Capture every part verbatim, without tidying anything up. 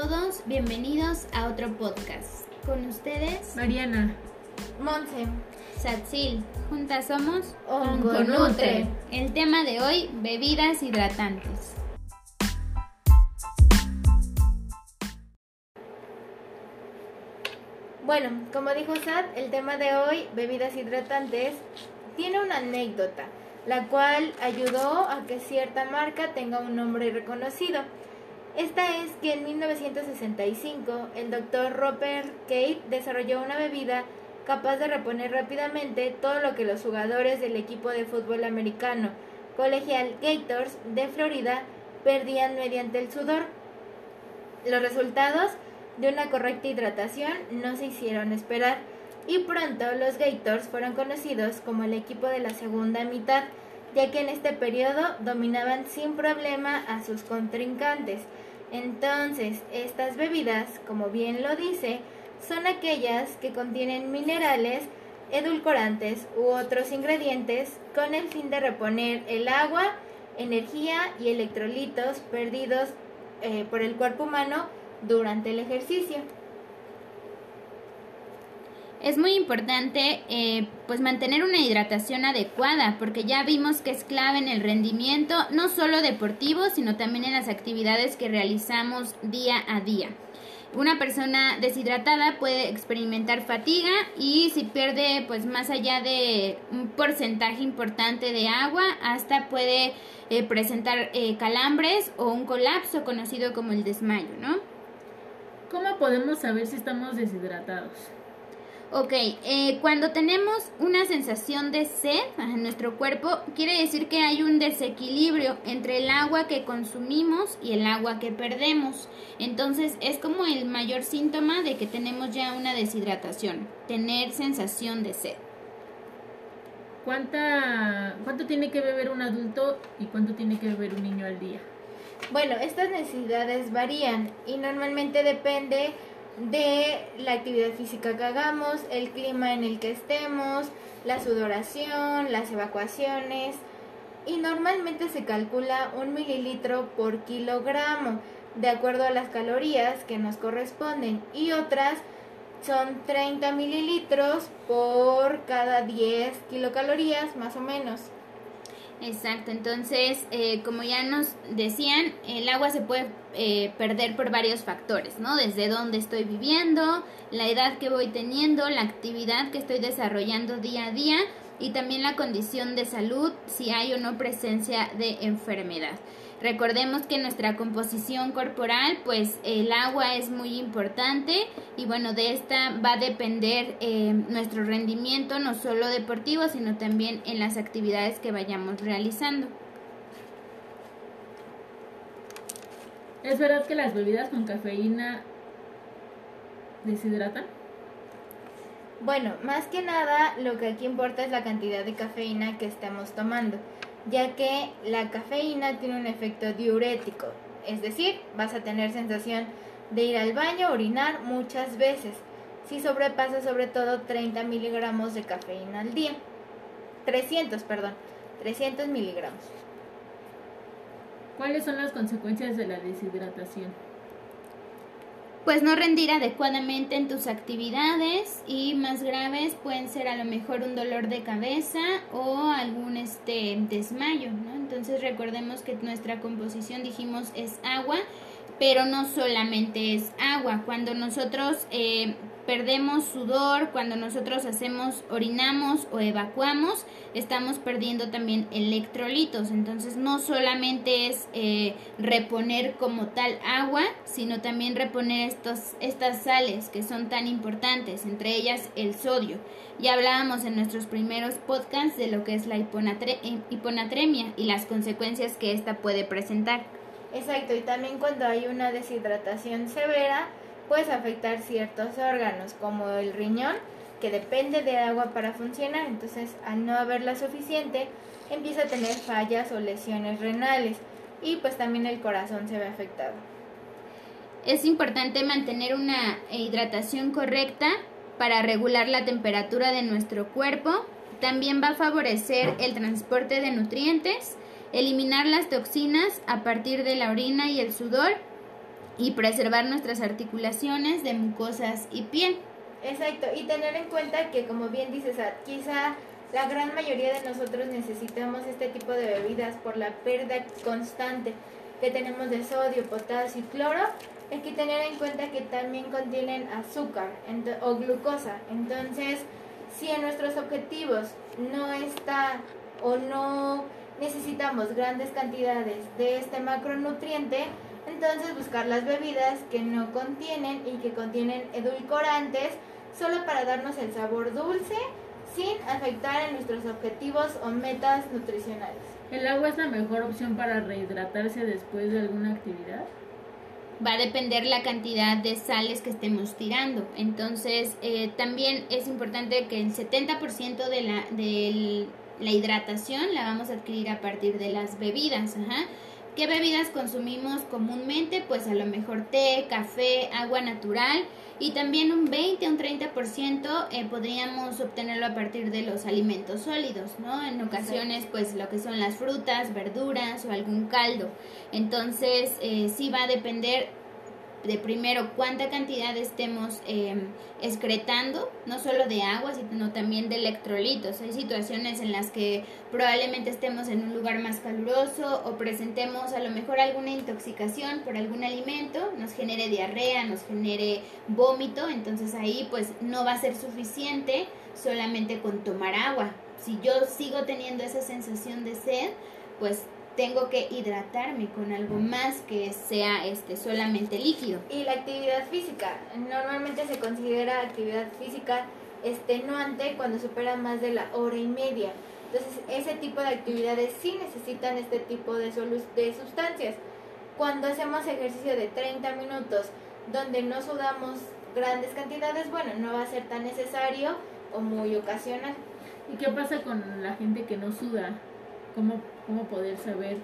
todos, bienvenidos a otro podcast. Con ustedes, Mariana, Monse, Satsil. Juntas somos Onconutre. El tema de hoy, bebidas hidratantes. Bueno, como dijo Sat, el tema de hoy, bebidas hidratantes, tiene una anécdota, la cual ayudó a que cierta marca tenga un nombre reconocido. Esta es que en mil novecientos sesenta y cinco el doctor Robert Cade desarrolló una bebida capaz de reponer rápidamente todo lo que los jugadores del equipo de fútbol americano colegial Gators de Florida perdían mediante el sudor. Los resultados de una correcta hidratación no se hicieron esperar y pronto los Gators fueron conocidos como el equipo de la segunda mitad, ya que en este periodo dominaban sin problema a sus contrincantes. Entonces, estas bebidas, como bien lo dice, son aquellas que contienen minerales, edulcorantes u otros ingredientes con el fin de reponer el agua, energía y electrolitos perdidos eh, por el cuerpo humano durante el ejercicio. Es muy importante eh, pues mantener una hidratación adecuada, porque ya vimos que es clave en el rendimiento, no solo deportivo, sino también en las actividades que realizamos día a día. Una persona deshidratada puede experimentar fatiga y si pierde pues más allá de un porcentaje importante de agua, hasta puede eh, presentar eh, calambres o un colapso conocido como el desmayo, ¿no? ¿Cómo podemos saber si estamos deshidratados? Ok, eh, cuando tenemos una sensación de sed en nuestro cuerpo, quiere decir que hay un desequilibrio entre el agua que consumimos y el agua que perdemos. Entonces es como el mayor síntoma de que tenemos ya una deshidratación, tener sensación de sed. ¿Cuánta, ¿Cuánto tiene que beber un adulto y cuánto tiene que beber un niño al día? Bueno, estas necesidades varían y normalmente depende de la actividad física que hagamos, el clima en el que estemos, la sudoración, las evacuaciones, y normalmente se calcula un mililitro por kilogramo de acuerdo a las calorías que nos corresponden, y otras son treinta mililitros por cada diez kilocalorías más o menos. Exacto, entonces eh, como ya nos decían, el agua se puede eh, perder por varios factores, ¿no? Desde dónde estoy viviendo, la edad que voy teniendo, la actividad que estoy desarrollando día a día y también la condición de salud, si hay o no presencia de enfermedad. Recordemos que nuestra composición corporal, pues el agua es muy importante y bueno, de esta va a depender eh, nuestro rendimiento, no solo deportivo, sino también en las actividades que vayamos realizando. ¿Es verdad que las bebidas con cafeína deshidratan? Bueno, más que nada lo que aquí importa es la cantidad de cafeína que estamos tomando, ya que la cafeína tiene un efecto diurético, es decir, vas a tener sensación de ir al baño, orinar muchas veces, si sobrepasa sobre todo treinta miligramos de cafeína al día, trescientos, perdón, trescientos miligramos. ¿Cuáles son las consecuencias de la deshidratación? Pues no rendir adecuadamente en tus actividades y más graves pueden ser a lo mejor un dolor de cabeza o algún este desmayo, ¿no? Entonces recordemos que nuestra composición, dijimos, es agua, pero no solamente es agua. Cuando nosotros eh, perdemos sudor, cuando nosotros hacemos, orinamos o evacuamos, estamos perdiendo también electrolitos. Entonces no solamente es eh, reponer como tal agua, sino también reponer estos, estas sales que son tan importantes, entre ellas el sodio. Ya hablábamos en nuestros primeros podcasts de lo que es la hiponatre- hiponatremia y las consecuencias que esta puede presentar. Exacto, y también cuando hay una deshidratación severa, puede afectar ciertos órganos, como el riñón, que depende de agua para funcionar. Entonces, al no haberla suficiente, empieza a tener fallas o lesiones renales, y pues también el corazón se ve afectado. Es importante mantener una hidratación correcta para regular la temperatura de nuestro cuerpo. También va a favorecer el transporte de nutrientes, eliminar las toxinas a partir de la orina y el sudor y preservar nuestras articulaciones de mucosas y piel. Exacto, y tener en cuenta que, como bien dices, quizá la gran mayoría de nosotros necesitamos este tipo de bebidas por la pérdida constante que tenemos de sodio, potasio y cloro. Hay que tener en cuenta que también contienen azúcar o glucosa. Entonces, si en nuestros objetivos no está o no necesitamos grandes cantidades de este macronutriente, entonces buscar las bebidas que no contienen y que contienen edulcorantes solo para darnos el sabor dulce sin afectar en nuestros objetivos o metas nutricionales. ¿El agua es la mejor opción para rehidratarse después de alguna actividad? Va a depender la cantidad de sales que estemos tirando. Entonces, eh, también es importante que el setenta por ciento de la, de la hidratación la vamos a adquirir a partir de las bebidas. Ajá. ¿Qué bebidas consumimos comúnmente? Pues a lo mejor té, café, agua natural, y también un veinte, un treinta por ciento eh, podríamos obtenerlo a partir de los alimentos sólidos, ¿no? En ocasiones, pues lo que son las frutas, verduras o algún caldo. Entonces, eh, sí va a depender de primero cuánta cantidad estemos eh, excretando, no solo de agua, sino también de electrolitos. Hay situaciones en las que probablemente estemos en un lugar más caluroso o presentemos a lo mejor alguna intoxicación por algún alimento, nos genere diarrea, nos genere vómito, entonces ahí pues no va a ser suficiente solamente con tomar agua. Si yo sigo teniendo esa sensación de sed, pues tengo que hidratarme con algo más que sea este solamente líquido. Y la actividad física, normalmente se considera actividad física extenuante cuando supera más de la hora y media. Entonces, ese tipo de actividades sí necesitan este tipo de, de sustancias. Cuando hacemos ejercicio de treinta minutos, donde no sudamos grandes cantidades, bueno, no va a ser tan necesario o muy ocasional. ¿Y qué pasa con la gente que no suda? ¿Cómo, cómo poder saber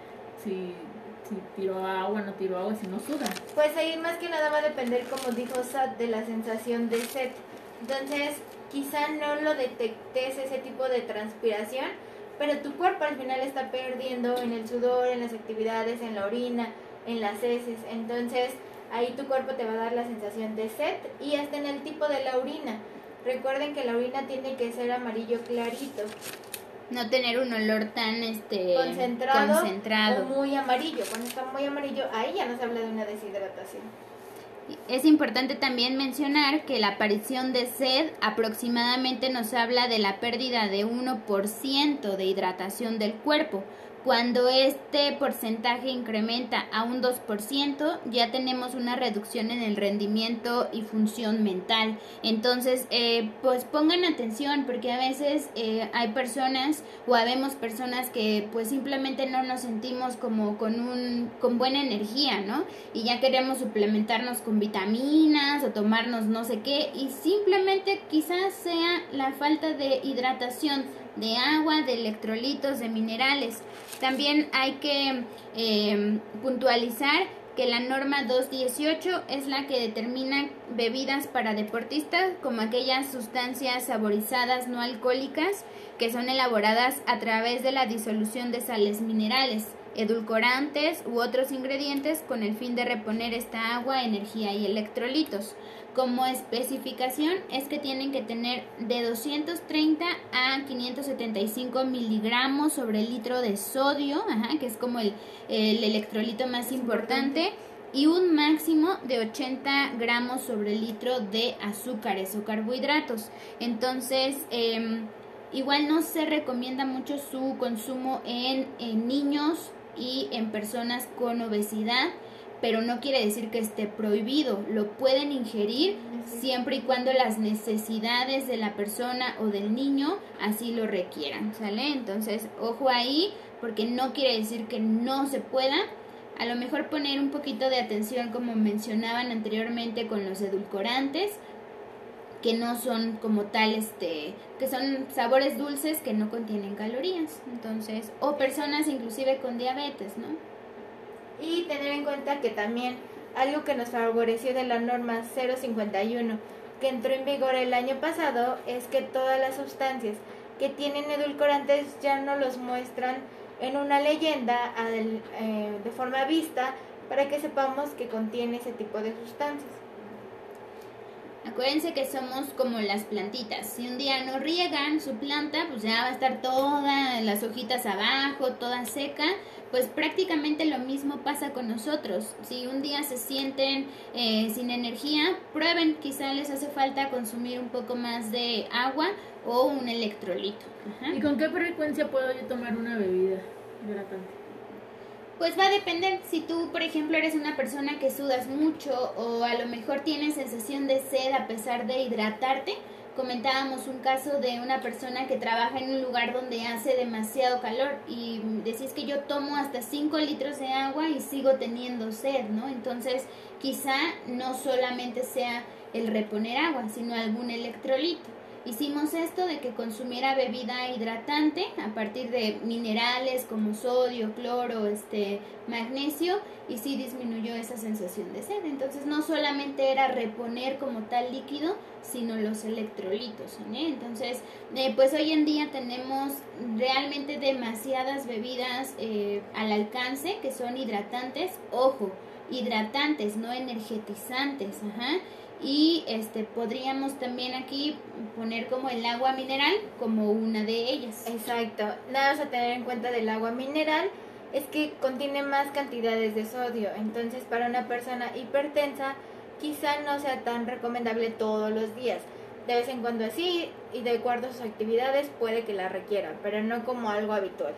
si, si tiro agua, no tiro agua, si no suda? Pues ahí más que nada va a depender, como dijo Sat, de la sensación de sed. Entonces, quizá no lo detectes ese tipo de transpiración, pero tu cuerpo al final está perdiendo en el sudor, en las actividades, en la orina, en las heces. Entonces, ahí tu cuerpo te va a dar la sensación de sed y hasta en el tipo de la orina. Recuerden que la orina tiene que ser amarillo clarito. No tener un olor tan este concentrado, concentrado o muy amarillo. Cuando está muy amarillo, ahí ya nos habla de una deshidratación. Es importante también mencionar que la aparición de sed aproximadamente nos habla de la pérdida de uno por ciento de hidratación del cuerpo. Cuando este porcentaje incrementa a un dos por ciento, ya tenemos una reducción en el rendimiento y función mental. Entonces, eh, pues pongan atención, porque a veces eh, hay personas o habemos personas que pues simplemente no nos sentimos como con un con buena energía, ¿no? Y ya queremos suplementarnos con vitaminas o tomarnos no sé qué, y simplemente quizás sea la falta de hidratación, de agua, de electrolitos, de minerales. También hay que eh, puntualizar que la norma dos dieciocho es la que determina bebidas para deportistas, como aquellas sustancias saborizadas no alcohólicas que son elaboradas a través de la disolución de sales minerales, edulcorantes u otros ingredientes con el fin de reponer esta agua, energía y electrolitos. Como especificación es que tienen que tener de doscientos treinta a quinientos setenta y cinco miligramos sobre el litro de sodio, ajá, que es como el, el electrolito más importante, y un máximo de ochenta gramos sobre el litro de azúcares o carbohidratos. Entonces, eh, igual no se recomienda mucho su consumo en, en niños y en personas con obesidad, pero no quiere decir que esté prohibido. Lo pueden ingerir siempre y cuando las necesidades de la persona o del niño así lo requieran, ¿sale? Entonces, ojo ahí, porque no quiere decir que no se pueda. A lo mejor poner un poquito de atención, como mencionaban anteriormente, con los edulcorantes, que no son como tal, este, que son sabores dulces que no contienen calorías. Entonces, o personas inclusive con diabetes, ¿no? Y tener en cuenta que también algo que nos favoreció de la norma cero cincuenta y uno que entró en vigor el año pasado es que todas las sustancias que tienen edulcorantes ya no los muestran en una leyenda eh, de forma vista, para que sepamos que contiene ese tipo de sustancias. Acuérdense que somos como las plantitas. Si un día no riegan su planta, pues ya va a estar todas las hojitas abajo, toda seca. Pues prácticamente lo mismo pasa con nosotros. Si un día se sienten eh, sin energía, prueben, quizá les hace falta consumir un poco más de agua o un electrolito. Ajá. ¿Y con qué frecuencia puedo yo tomar una bebida hidratante? Pues va a depender. Si tú, por ejemplo, eres una persona que sudas mucho o a lo mejor tienes sensación de sed a pesar de hidratarte. Comentábamos un caso de una persona que trabaja en un lugar donde hace demasiado calor y decís que yo tomo hasta cinco litros de agua y sigo teniendo sed, ¿no? Entonces, quizá no solamente sea el reponer agua, sino algún electrolito. Hicimos esto de que consumiera bebida hidratante a partir de minerales como sodio, cloro, este, magnesio, y sí disminuyó esa sensación de sed. Entonces no solamente era reponer como tal líquido, sino los electrolitos, ¿eh? Entonces, eh, pues hoy en día tenemos realmente demasiadas bebidas eh, al alcance que son hidratantes. Ojo, hidratantes, no energetizantes, ajá. Y este podríamos también aquí poner como el agua mineral como una de ellas. Exacto. Nada más a tener en cuenta del agua mineral es que contiene más cantidades de sodio. Entonces, para una persona hipertensa, quizá no sea tan recomendable todos los días. De vez en cuando así, y de acuerdo a sus actividades, puede que la requiera, pero no como algo habitual.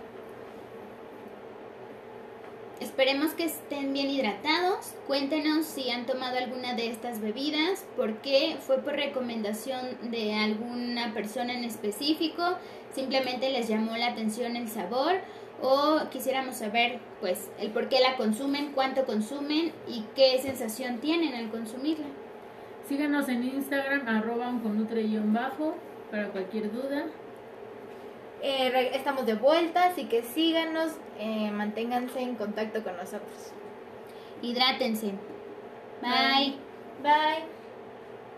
Esperemos que estén bien hidratados. Cuéntenos si han tomado alguna de estas bebidas, por qué, fue por recomendación de alguna persona en específico, simplemente les llamó la atención el sabor, o quisiéramos saber pues el por qué la consumen, cuánto consumen y qué sensación tienen al consumirla. Síganos en Instagram, arroba unconutre-bajo, para cualquier duda. Eh, estamos de vuelta, así que síganos, eh, manténganse en contacto con nosotros. Hidrátense. Bye. Bye.